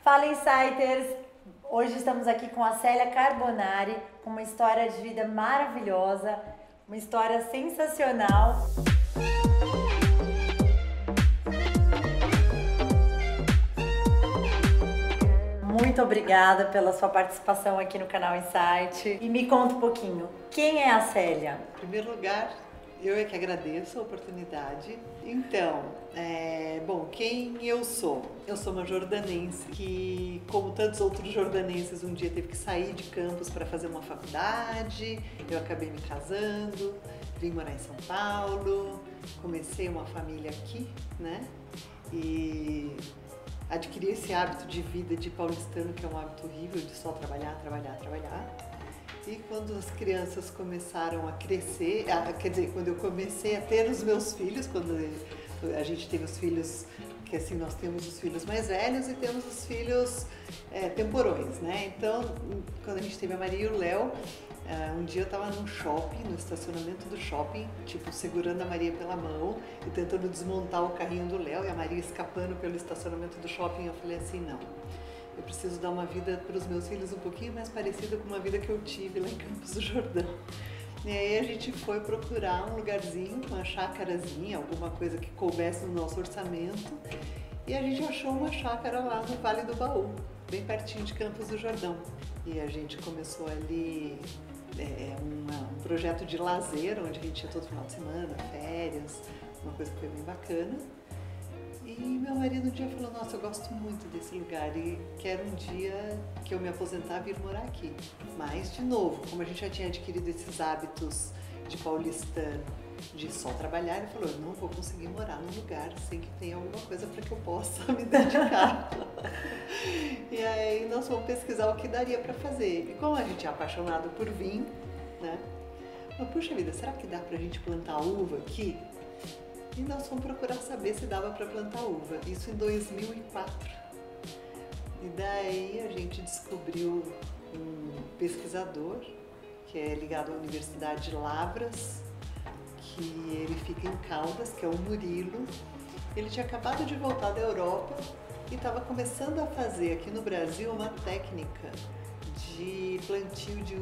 Fala, Insiders! Hoje estamos aqui com a Célia Carbonari, com uma história de vida maravilhosa, uma história sensacional. Muito obrigada pela sua participação aqui no canal Insight. E me conta um pouquinho, quem é a Célia? Em primeiro lugar, eu é que agradeço a oportunidade. Então, bom, quem eu sou? Eu sou uma jordanense que, como tantos outros jordanenses, um dia teve que sair de Campos para fazer uma faculdade. Eu acabei me casando, vim morar em São Paulo, comecei uma família aqui, né? E adquiri esse hábito de vida de paulistano, que é um hábito horrível, de só trabalhar, trabalhar, trabalhar. E quando as crianças começaram a crescer, quer dizer, quando eu comecei a ter os meus filhos, quando a gente teve os filhos, que assim, nós temos os filhos mais velhos e temos os filhos temporões, né? Então, quando a gente teve a Maria e o Léo, um dia eu estava num shopping, no estacionamento do shopping, tipo, segurando a Maria pela mão e tentando desmontar o carrinho do Léo, e a Maria escapando pelo estacionamento do shopping. Eu falei assim, não, eu preciso dar uma vida para os meus filhos um pouquinho mais parecida com uma vida que eu tive lá em Campos do Jordão. E aí a gente foi procurar um lugarzinho, uma chácarazinha, alguma coisa que coubesse no nosso orçamento, e a gente achou uma chácara lá no Vale do Baú, bem pertinho de Campos do Jordão. E a gente começou ali um projeto de lazer, onde a gente ia todo final de semana, férias, uma coisa que foi bem bacana. E meu marido um dia falou, nossa, eu gosto muito desse lugar e quero um dia que eu me aposentar vir morar aqui. Mas, de novo, como a gente já tinha adquirido esses hábitos de paulistano, de só trabalhar, ele falou, eu não vou conseguir morar num lugar sem que tenha alguma coisa para que eu possa me dedicar. E aí nós fomos pesquisar o que daria para fazer. E como a gente é apaixonado por vinho, né? Mas, puxa vida, será que dá pra gente plantar uva aqui? E nós fomos procurar saber se dava para plantar uva, isso em 2004. E daí a gente descobriu um pesquisador que é ligado à Universidade de Lavras, que ele fica em Caldas, que é o Murilo. Ele tinha acabado de voltar da Europa e estava começando a fazer aqui no Brasil uma técnica de plantio de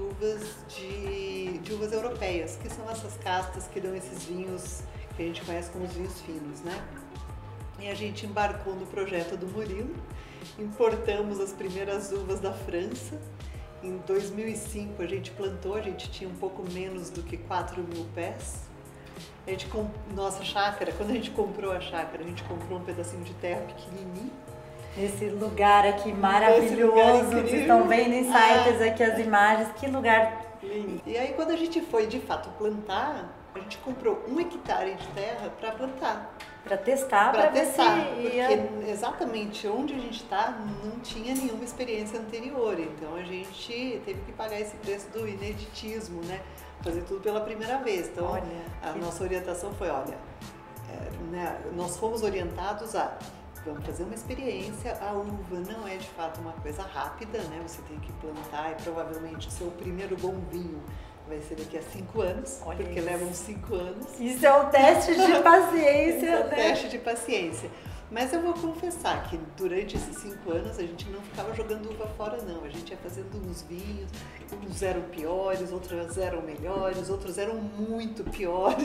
uvas europeias, que são essas castas que dão esses vinhos que a gente conhece como os vinhos finos, né? E a gente embarcou no projeto do Murilo, importamos as primeiras uvas da França. Em 2005 a gente plantou, a gente tinha um pouco menos do que 4.000 pés. A gente, nossa chácara, quando a gente comprou a chácara, a gente comprou um pedacinho de terra pequenininho. Esse lugar aqui maravilhoso, vocês estão vendo, Insiders, aqui as imagens, que lugar lindo. E aí quando a gente foi de fato plantar, a gente comprou 1 hectare de terra para plantar. Para testar, para ver se ia... Porque exatamente onde a gente está não tinha nenhuma experiência anterior, então a gente teve que pagar esse preço do ineditismo, né? Fazer tudo pela primeira vez. Então a nossa orientação foi, olha, nós fomos orientados a vamos fazer uma experiência, a uva não é de fato uma coisa rápida, né? Você tem que plantar e provavelmente o seu primeiro bom vinho vai ser daqui a 5 anos, porque levam 5 anos. Isso é um teste de paciência, é um né? teste de paciência. Mas eu vou confessar que durante esses 5 anos a gente não ficava jogando uva fora, não. A gente ia fazendo uns vinhos, uns eram piores, outros eram melhores, outros eram muito piores.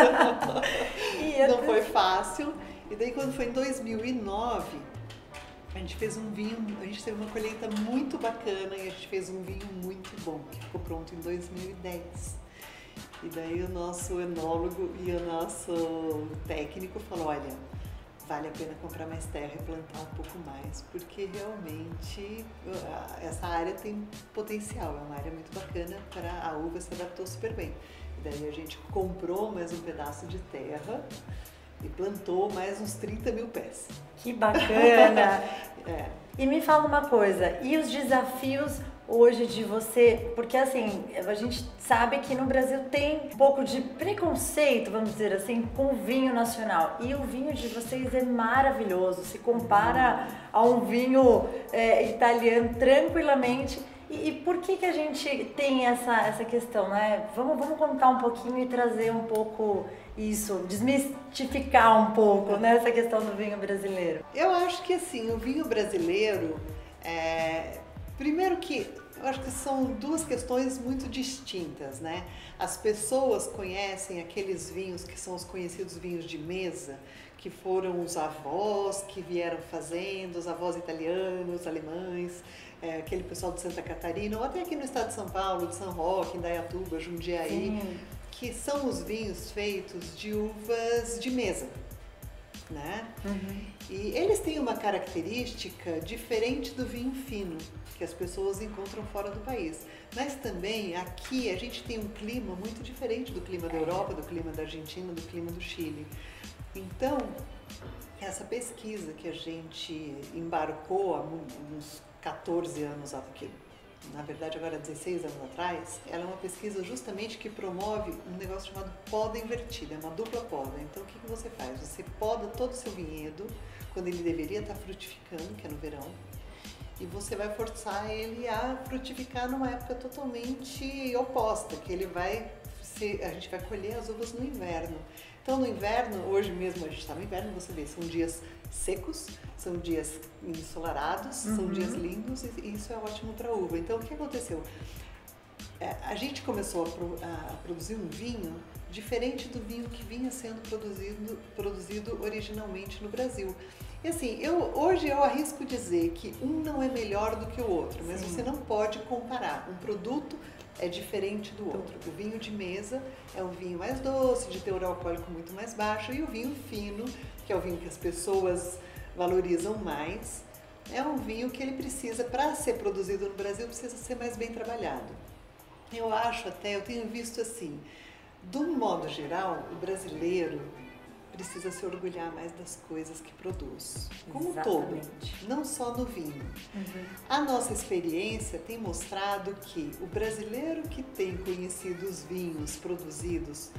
Não foi fácil. E daí quando foi em 2009, a gente fez um vinho, a gente teve uma colheita muito bacana e a gente fez um vinho muito bom, que ficou pronto em 2010. E daí o nosso enólogo e o nosso técnico falou, olha, vale a pena comprar mais terra e plantar um pouco mais, porque realmente essa área tem potencial, é uma área muito bacana para a uva, se adaptou super bem. E daí a gente comprou mais um pedaço de terra e plantou mais uns 30.000 pés. Que bacana! E me fala uma coisa, e os desafios hoje de você, porque assim, a gente sabe que no Brasil tem um pouco de preconceito, vamos dizer assim, com o vinho nacional, e o vinho de vocês é maravilhoso, se compara a um vinho italiano tranquilamente. E por que a gente tem essa questão, né? Vamos contar um pouquinho e trazer um pouco isso, desmistificar um pouco, né, essa questão do vinho brasileiro. Eu acho que assim, o vinho brasileiro, Primeiro que eu acho que são duas questões muito distintas, né? As pessoas conhecem aqueles vinhos que são os conhecidos vinhos de mesa, que foram os avós que vieram fazendo, os avós italianos, alemães, aquele pessoal de Santa Catarina, ou até aqui no estado de São Paulo, de São Roque, Indaiatuba, Jundiaí, sim, que são os vinhos feitos de uvas de mesa, né? Uhum. E eles têm uma característica diferente do vinho fino, que as pessoas encontram fora do país. Mas também aqui a gente tem um clima muito diferente do clima da Europa, do clima da Argentina, do clima do Chile. Então, essa pesquisa que a gente embarcou há uns 14 anos aqui, na verdade agora 16 anos atrás, ela é uma pesquisa justamente que promove um negócio chamado poda invertida, é uma dupla poda. Então o que você faz? Você poda todo o seu vinhedo quando ele deveria estar frutificando, que é no verão, e você vai forçar ele a frutificar numa época totalmente oposta, que ele a gente vai colher as uvas no inverno. Então no inverno, hoje mesmo a gente está no inverno, você vê, são dias secos, são dias ensolarados, são dias lindos e isso é ótimo para a uva. Então o que aconteceu? A gente começou a produzir um vinho diferente do vinho que vinha sendo produzido originalmente no Brasil. E assim, hoje eu arrisco dizer que um não é melhor do que o outro, mas você não pode comparar. Um produto é diferente do outro. O vinho de mesa é um vinho mais doce, de teor alcoólico muito mais baixo, e o vinho fino, que é o vinho que as pessoas valorizam mais, é um vinho que ele precisa, para ser produzido no Brasil, precisa ser mais bem trabalhado. Eu acho até, eu tenho visto assim, de um modo geral, o brasileiro precisa se orgulhar mais das coisas que produz, como um todo, não só no vinho. A nossa experiência tem mostrado que o brasileiro que tem conhecido os vinhos produzidos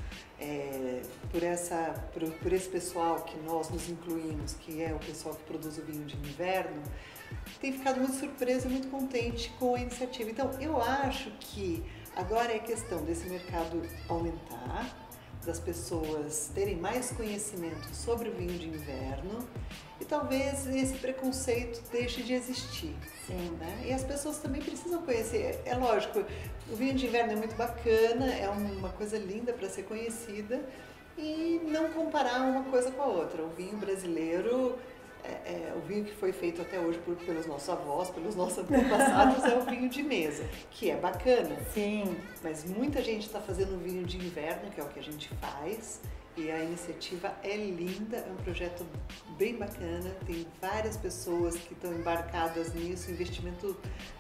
por esse pessoal que nós nos incluímos, que é o pessoal que produz o vinho de inverno, tem ficado muito surpreso e muito contente com a iniciativa. Então, eu acho que agora é questão desse mercado aumentar, das pessoas terem mais conhecimento sobre o vinho de inverno e talvez esse preconceito deixe de existir. Sim. Né? E as pessoas também precisam conhecer. É lógico, o vinho de inverno é muito bacana, é uma coisa linda para ser conhecida e não comparar uma coisa com a outra. O vinho brasileiro, o vinho que foi feito até hoje pelos nossos avós, pelos nossos antepassados, é o vinho de mesa, que é bacana. Sim. Mas muita gente está fazendo vinho de inverno, que é o que a gente faz, e a iniciativa é linda, é um projeto bem bacana, tem várias pessoas que estão embarcadas nisso, investimento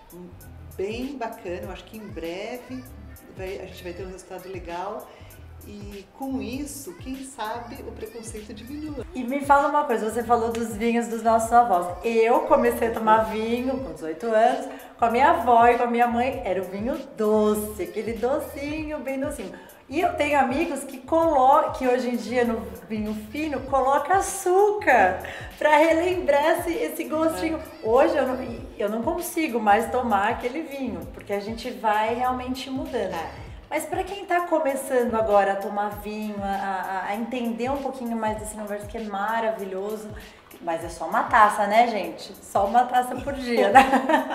bem bacana. Eu acho que em breve a gente vai ter um resultado legal. E com isso, quem sabe o preconceito diminua. E me fala uma coisa, você falou dos vinhos dos nossos avós. Eu comecei a tomar vinho com 18 anos, com a minha avó e com a minha mãe, era o vinho doce, aquele docinho, bem docinho. E eu tenho amigos que hoje em dia no vinho fino coloca açúcar para relembrar esse gostinho. Hoje eu não consigo mais tomar aquele vinho, porque a gente vai realmente mudando. Mas para quem está começando agora a tomar vinho, a entender um pouquinho mais desse universo que é maravilhoso, mas é só uma taça, né, gente? Só uma taça por dia, né?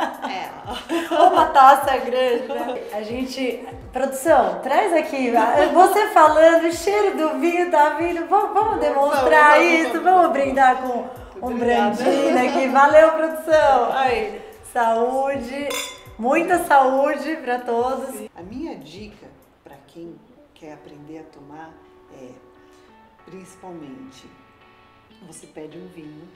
Ou uma taça grande, né? A gente... Produção, traz aqui, você falando, o cheiro do vinho tá vindo, vamos demonstrar isso, vamos brindar com um brandinho aqui. Valeu, produção! Aí, saúde! Muita saúde para todos. A minha dica para quem quer aprender a tomar é, principalmente, você pede um vinho,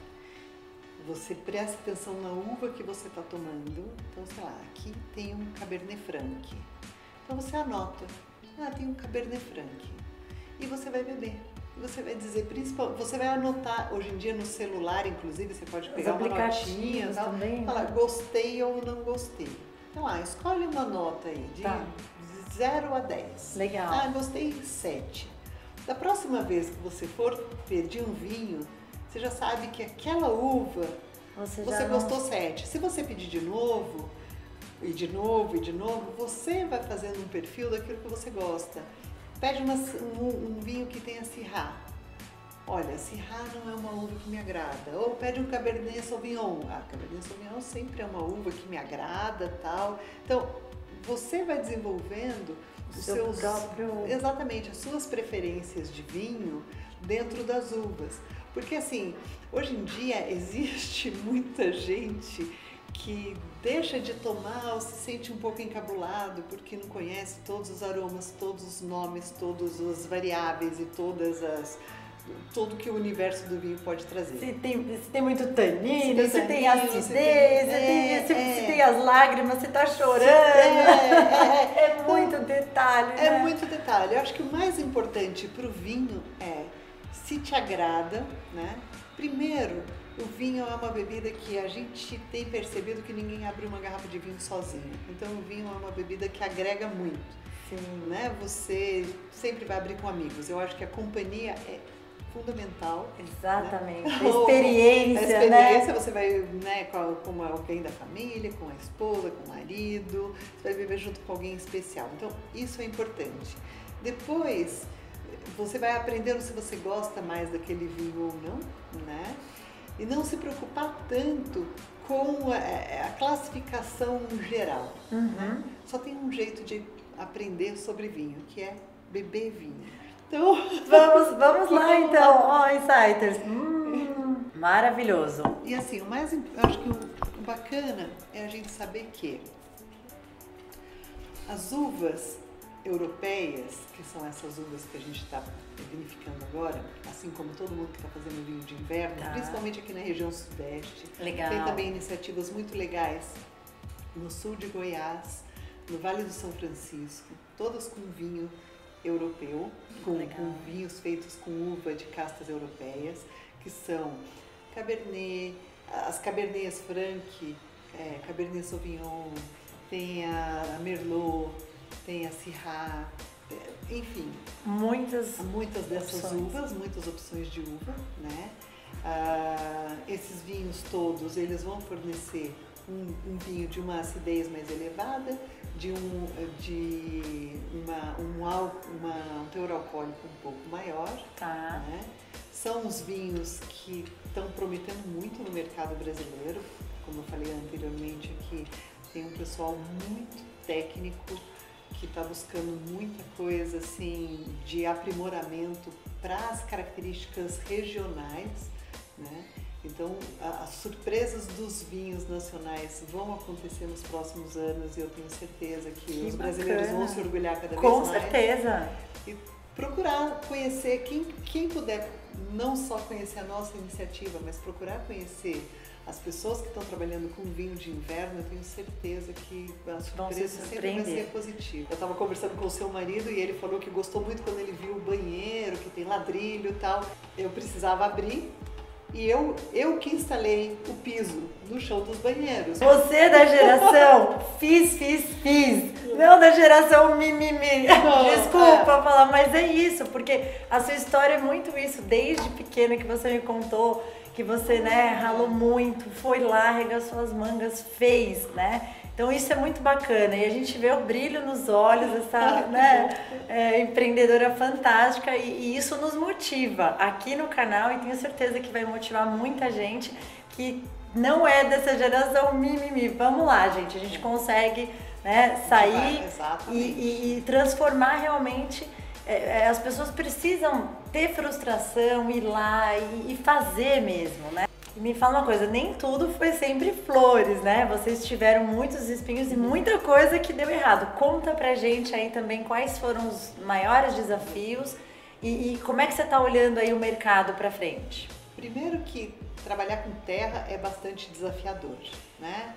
você presta atenção na uva que você está tomando. Então, sei lá, aqui tem um Cabernet Franc. Então você anota, tem um Cabernet Franc. E você vai beber. Você vai dizer, você vai anotar, hoje em dia no celular, inclusive, você pode pegar uma notinha e também, falar gostei ou não gostei. Então, escolhe uma nota aí, de 0 a 10. Legal. Gostei 7. Da próxima vez que você for pedir um vinho, você já sabe que aquela uva, você gostou 7. Se você pedir de novo, e de novo, e de novo, você vai fazendo um perfil daquilo que você gosta. Pede um vinho que tenha Syrah. olha, Syrah não é uma uva que me agrada. Ou pede um Cabernet Sauvignon. Ah, Cabernet Sauvignon sempre é uma uva que me agrada, tal. Então, você vai desenvolvendo os seus próprio... Exatamente, as suas preferências de vinho dentro das uvas. Porque assim, hoje em dia existe muita gente que deixa de tomar ou se sente um pouco encabulado porque não conhece todos os aromas, todos os nomes, todas as variáveis e tudo que o universo do vinho pode trazer. Se tem muito tanino, se tem acidez, se tem as lágrimas, se tá chorando. É muito detalhe, né? É muito detalhe. Eu acho que o mais importante para o vinho é se te agrada, né? Primeiro, o vinho é uma bebida que a gente tem percebido que ninguém abre uma garrafa de vinho sozinho. Então o vinho é uma bebida que agrega muito. Sim. Né? Você sempre vai abrir com amigos. Eu acho que a companhia é fundamental. Exatamente. Né? A experiência, né? Você vai, né, com alguém da família, com a esposa, com o marido, você vai beber junto com alguém especial. Então, isso é importante. Depois, você vai aprendendo se você gosta mais daquele vinho ou não, né? E não se preocupar tanto com a classificação geral. Né? Só tem um jeito de aprender sobre vinho, que é beber vinho. Então, vamos lá então, ó, Insighters. Maravilhoso. E assim, eu acho que o bacana é a gente saber que as uvas europeias, que são essas uvas que a gente está vinificando agora, assim como todo mundo que está fazendo vinho de inverno, principalmente aqui na região sudeste. Legal. Tem também iniciativas muito legais no sul de Goiás, no Vale do São Francisco, todas com vinho europeu, com vinhos feitos com uva de castas europeias, que são Cabernet, as Cabernets Franc, Cabernet Sauvignon, tem a Merlot, tem a Syrah, enfim, muitas dessas uvas, muitas opções de uva, né? Esses vinhos todos, eles vão fornecer um vinho de uma acidez mais elevada, de um teor alcoólico um pouco maior. Tá. Né? São os vinhos que estão prometendo muito no mercado brasileiro. Como eu falei anteriormente aqui, tem um pessoal muito técnico que está buscando muita coisa assim, de aprimoramento para as características regionais, né? Então, as surpresas dos vinhos nacionais vão acontecer nos próximos anos e eu tenho certeza que os brasileiros vão se orgulhar cada vez mais. Com certeza! E procurar conhecer, quem puder, não só conhecer a nossa iniciativa, mas procurar conhecer as pessoas que estão trabalhando com vinho de inverno, eu tenho certeza que a surpresa sempre vai ser positiva. Eu estava conversando com o seu marido e ele falou que gostou muito quando ele viu o banheiro, que tem ladrilho e tal. Eu precisava abrir e eu que instalei o piso no chão dos banheiros. Você é da geração fiz. Não da geração mimimi. Desculpa falar, mas é isso, porque a sua história é muito isso, desde pequena que você me contou, que você, né, ralou muito, foi lá, arregaçou as mangas, fez, né? Então isso é muito bacana e a gente vê o brilho nos olhos, essa empreendedora fantástica e isso nos motiva aqui no canal e tenho certeza que vai motivar muita gente que não é dessa geração mimimi. Vamos lá, gente, a gente consegue, né, sair e transformar realmente. As pessoas precisam ter frustração, ir lá e fazer mesmo, né? E me fala uma coisa, nem tudo foi sempre flores, né? Vocês tiveram muitos espinhos e muita coisa que deu errado. Conta pra gente aí também quais foram os maiores desafios e como é que você tá olhando aí o mercado pra frente? Primeiro que trabalhar com terra é bastante desafiador, né?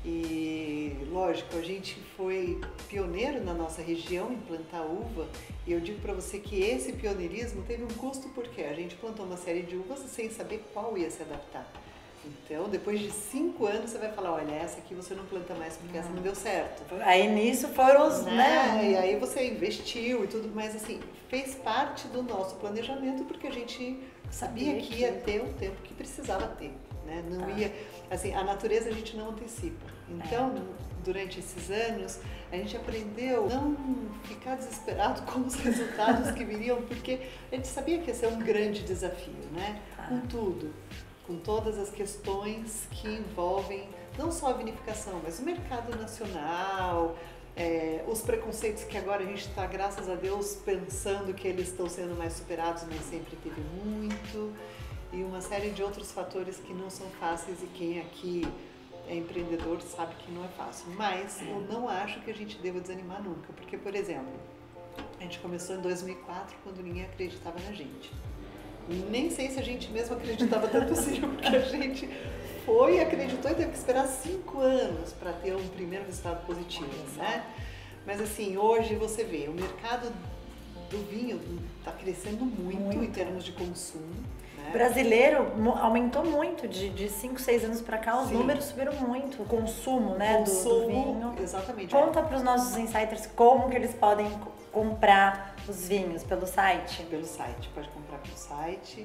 E lógico, a gente foi pioneiro na nossa região em plantar uva e eu digo para você que esse pioneirismo teve um custo porque a gente plantou uma série de uvas sem saber qual ia se adaptar. Então, depois de 5 anos você vai falar, olha, essa aqui você não planta mais porque essa não deu certo. Aí nisso foram os, né? E aí você investiu e tudo, mas assim, fez parte do nosso planejamento porque a gente sabia que ia ter o tempo que precisava ter. né? Não ia, assim, a natureza a gente não antecipa. Então, durante esses anos, a gente aprendeu a não ficar desesperado com os resultados que viriam, porque a gente sabia que ia ser um grande desafio, né? Com tudo, com todas as questões que envolvem não só a vinificação, mas o mercado nacional, os preconceitos que agora a gente está, graças a Deus, pensando que eles estão sendo mais superados, mas sempre teve muito, e uma série de outros fatores que não são fáceis, e quem aqui é empreendedor sabe que não é fácil. Mas eu não acho que a gente deva desanimar nunca, porque, por exemplo, a gente começou em 2004, quando ninguém acreditava na gente. Nem sei se a gente mesmo acreditava tanto assim, porque a gente foi, acreditou e teve que esperar 5 anos para ter um primeiro resultado positivo, né? Mas assim, hoje você vê, o mercado do vinho está crescendo muito em termos de consumo. O brasileiro aumentou muito, de 5, 6 anos para cá, os números subiram muito, o consumo, né, do vinho. Exatamente. Conta para os nossos insiders como que eles podem comprar os vinhos, pelo site? Pelo site, pode comprar pelo site.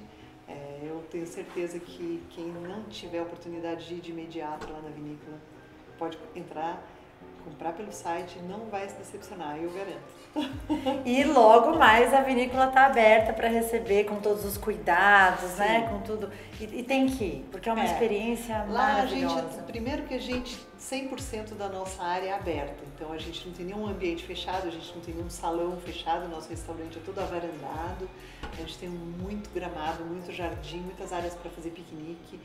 Eu tenho certeza que quem não tiver a oportunidade de ir de imediato lá na vinícola pode entrar, comprar pelo site, não vai se decepcionar, eu garanto. E logo mais a vinícola está aberta para receber com todos os cuidados, né? Com tudo. E tem que ir, porque é uma experiência maravilhosa. Lá primeiro que a gente, 100% da nossa área é aberta, então a gente não tem nenhum ambiente fechado, a gente não tem nenhum salão fechado, nosso restaurante é todo avarandado, a gente tem muito gramado, muito jardim, muitas áreas para fazer piquenique.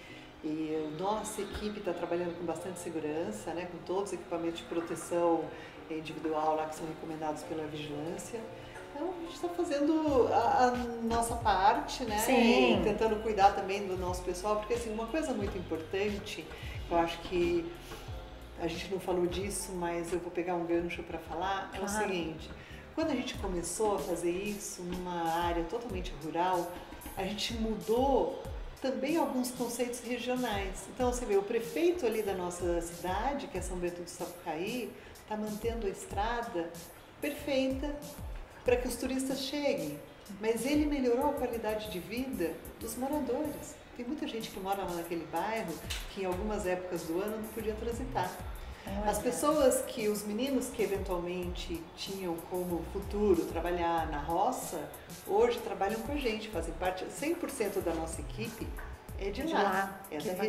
E nossa equipe está trabalhando com bastante segurança, né, com todos os equipamentos de proteção individual lá que são recomendados pela vigilância. Então a gente está fazendo a nossa parte, né? Sim. E tentando cuidar também do nosso pessoal, porque assim, uma coisa muito importante, eu acho que a gente não falou disso, mas eu vou pegar um gancho para falar, é o seguinte: quando a gente começou a fazer isso numa área totalmente rural, a gente mudou também alguns conceitos regionais. Então, você vê, o prefeito ali da nossa cidade, que é São Bento do Sapucaí, está mantendo a estrada perfeita para que os turistas cheguem. Mas ele melhorou a qualidade de vida dos moradores. Tem muita gente que mora lá naquele bairro que em algumas épocas do ano não podia transitar. As pessoas os meninos que eventualmente tinham como futuro trabalhar na roça, hoje trabalham com a gente, fazem parte, 100% da nossa equipe é de lá.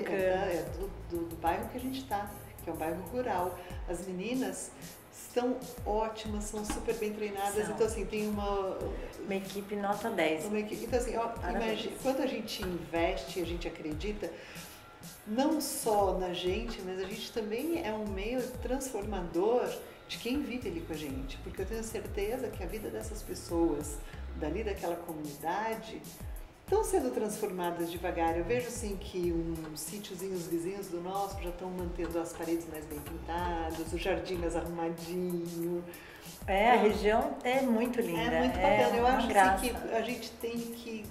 É do bairro que a gente está, que é um bairro rural. As meninas são ótimas, são super bem treinadas, então assim, tem uma equipe nota 10. Então assim, imagina, quando a gente investe, a gente acredita, não só na gente, mas a gente também é um meio transformador de quem vive ali com a gente, porque eu tenho certeza que a vida dessas pessoas, dali daquela comunidade, estão sendo transformadas devagar. Eu vejo assim que uns sítiozinhos vizinhos do nosso já estão mantendo as paredes mais bem pintadas, o jardim mais arrumadinho. A região é muito linda. É muito bacana. Eu acho assim, que a gente tem que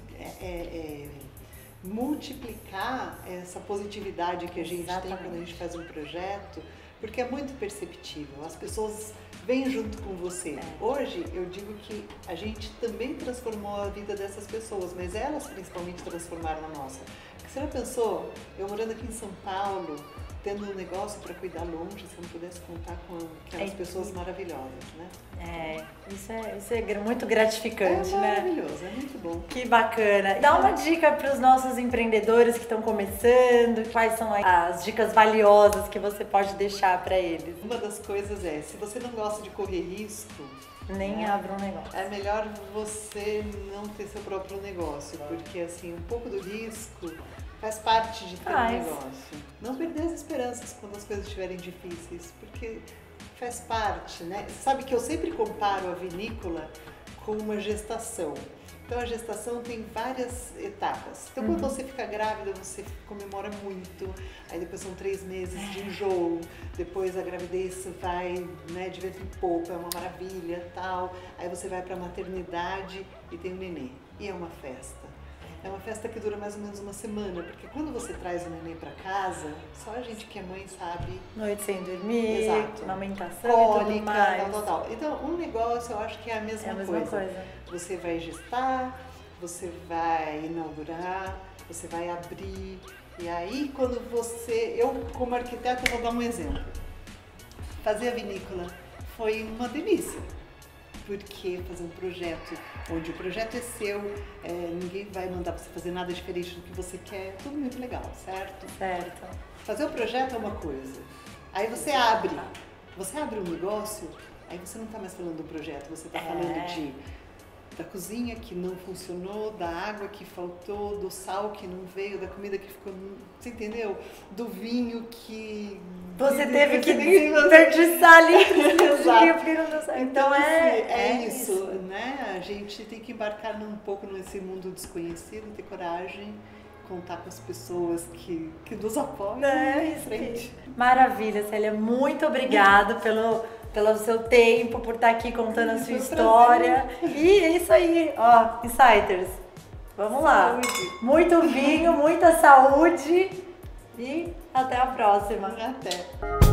multiplicar essa positividade que a gente tem quando a gente faz um projeto, porque é muito perceptível. As pessoas vêm junto com você. Hoje eu digo que a gente também transformou a vida dessas pessoas, mas elas principalmente transformaram a nossa. Porque você já pensou, eu morando aqui em São Paulo, tendo um negócio para cuidar longe, se eu não pudesse contar com aquelas pessoas maravilhosas, né? Isso é muito gratificante, né? É maravilhoso, é muito bom. Que bacana. Dá uma dica para os nossos empreendedores que estão começando, quais são as dicas valiosas que você pode deixar para eles? Uma das coisas se você não gosta de correr risco, nem abra um negócio. É melhor você não ter seu próprio negócio, porque assim, um pouco do risco faz parte de ter um negócio. Não perder as esperanças quando as coisas estiverem difíceis, porque faz parte, né? Sabe que eu sempre comparo a vinícola com uma gestação. Então a gestação tem várias etapas. Então quando você fica grávida, você comemora muito, aí depois são 3 meses de enjoo, depois a gravidez vai, né, de vento em popa, é uma maravilha, tal. Aí você vai para a maternidade e tem um nenê. E é uma festa. É uma festa que dura mais ou menos uma semana, porque quando você traz o neném para casa, só a gente que é mãe sabe. Noite sem dormir, amamentação cólica, e tudo mais. Tal. Então, um negócio eu acho que é a mesma coisa. Você vai gestar, você vai inaugurar, você vai abrir E aí, quando eu como arquiteta, vou dar um exemplo. Fazer a vinícola foi uma delícia, porque fazer um projeto onde o projeto é seu, ninguém vai mandar você fazer nada diferente do que você quer, tudo muito legal, certo? Certo. Fazer o projeto é uma coisa, aí você abre um negócio, aí você não está mais falando do projeto, você está falando da cozinha que não funcionou, da água que faltou, do sal que não veio, da comida que ficou, você entendeu? Do vinho que... Você teve que desperdiçar ali, porque não deu certo. Então é isso, né? A gente tem que embarcar um pouco nesse mundo desconhecido, ter coragem, contar com as pessoas que nos apoiam. Isso. Maravilha, Célia. Muito obrigada pelo seu tempo, por estar aqui contando a sua história. E é isso aí, ó, Insiders. Vamos lá. Muito vinho, muita saúde e até a próxima. Até.